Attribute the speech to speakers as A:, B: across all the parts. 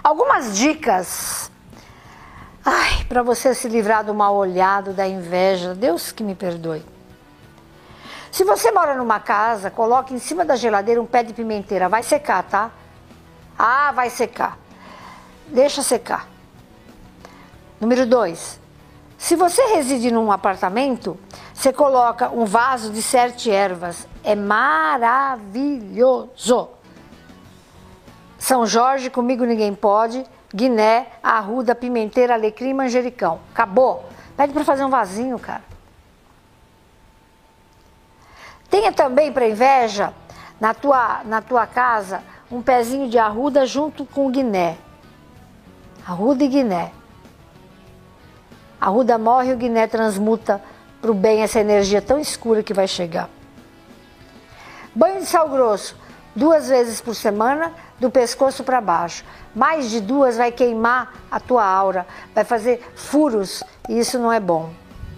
A: Algumas dicas para você se livrar do mal olhado, da inveja. Deus que me perdoe. Se você mora numa casa, coloque em cima da geladeira um pé de pimenteira. Vai secar, tá? Ah, vai secar. Deixa secar. Número 2. Se você reside num apartamento, você coloca um vaso de 7 ervas. É maravilhoso. São Jorge, comigo ninguém pode. Guiné, arruda, pimenteira, alecrim, manjericão. Acabou. Pede para fazer um vasinho, cara. Tenha também para inveja, na tua casa, um pezinho de arruda junto com o guiné. Arruda e guiné. A arruda morre e o guiné transmuta para o bem essa energia tão escura que vai chegar. Banho de sal grosso, 2 vezes por semana, do pescoço para baixo. Mais de 2 vai queimar a tua aura, vai fazer furos e isso não é bom.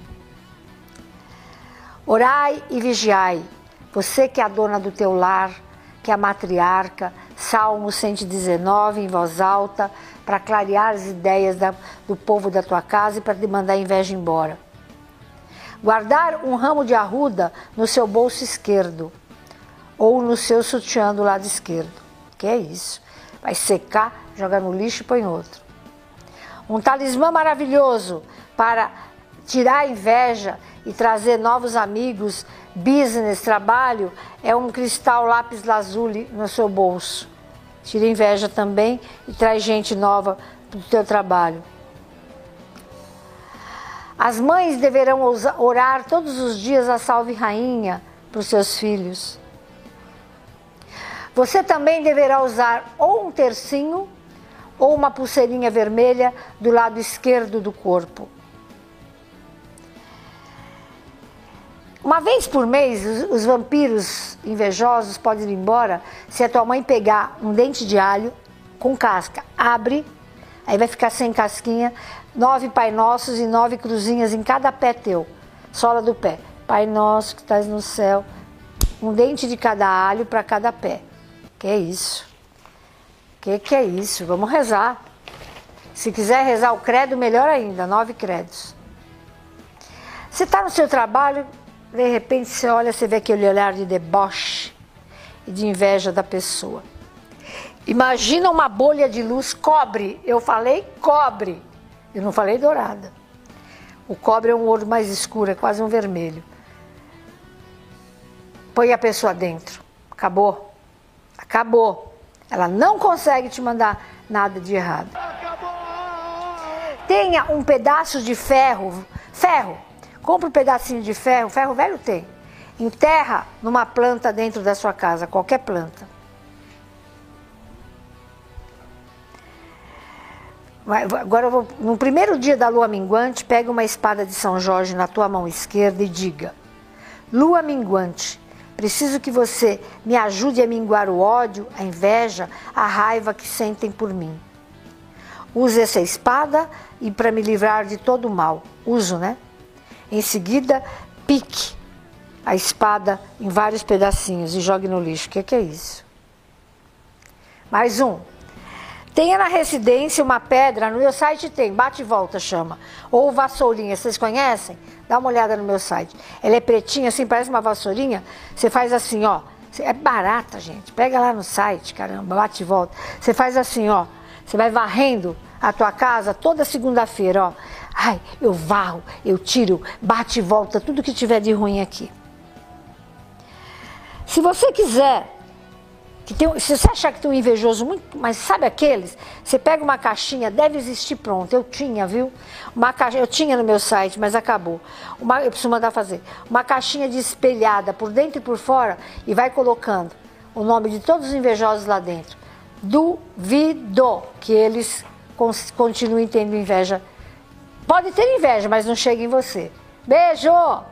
A: Orai e vigiai, você que é a dona do teu lar, que é a matriarca, Salmo 119 em voz alta, para clarear as ideias do povo da tua casa e para te mandar a inveja embora. Guardar um ramo de arruda no seu bolso esquerdo ou no seu sutiã do lado esquerdo. Que é isso? Vai secar, joga no lixo e põe outro. Um talismã maravilhoso para tirar a inveja e trazer novos amigos, business, trabalho, é um cristal lápis lazuli no seu bolso. Tira inveja também e traz gente nova para o teu trabalho. As mães deverão orar todos os dias a Salve Rainha para os seus filhos. Você também deverá usar ou um tercinho ou uma pulseirinha vermelha do lado esquerdo do corpo. Uma vez por mês, os vampiros invejosos podem ir embora se a tua mãe pegar um dente de alho com casca. Abre, aí vai ficar sem casquinha, 9 Pai Nossos e 9 cruzinhas em cada pé teu, sola do pé. Pai Nosso que estás no céu, um dente de cada alho para cada pé. Que é isso? Que é isso? Vamos rezar. Se quiser rezar o credo, melhor ainda, 9 credos. Você está no seu trabalho, de repente você olha, você vê aquele olhar de deboche e de inveja da pessoa. Imagina uma bolha de luz cobre. Eu falei cobre, eu não falei dourada. O cobre é um ouro mais escuro, é quase um vermelho. Põe a pessoa dentro. Acabou. Acabou. Ela não consegue te mandar nada de errado. Tenha um pedaço de ferro. Compre um pedacinho de ferro velho tem. Enterra numa planta dentro da sua casa, qualquer planta. Agora eu vou, no primeiro dia da lua minguante, pega uma espada de São Jorge na tua mão esquerda e diga: Lua minguante, preciso que você me ajude a minguar o ódio, a inveja, a raiva que sentem por mim. Use essa espada e para me livrar de todo o mal. Uso, né? Em seguida, pique a espada em vários pedacinhos e jogue no lixo. O que é isso? Mais um. Tenha na residência uma pedra, no meu site tem, bate e volta chama, ou vassourinha, vocês conhecem? Dá uma olhada no meu site. Ela é pretinha assim, parece uma vassourinha, você faz assim, ó, é barata, gente, pega lá no site, caramba, bate e volta. Você faz assim, ó, você vai varrendo a tua casa toda segunda-feira, ó. Ai, eu varro, eu tiro, bate e volta, tudo que tiver de ruim aqui. Se você quiser, se você achar que tem um invejoso muito, mas sabe aqueles? Você pega uma caixinha, deve existir pronto, eu tinha, viu? Eu tinha no meu site, mas acabou. Eu preciso mandar fazer. Uma caixinha de espelhada por dentro e por fora e vai colocando o nome de todos os invejosos lá dentro. Duvido que eles continuem tendo inveja. Pode ter inveja, mas não chega em você. Beijo!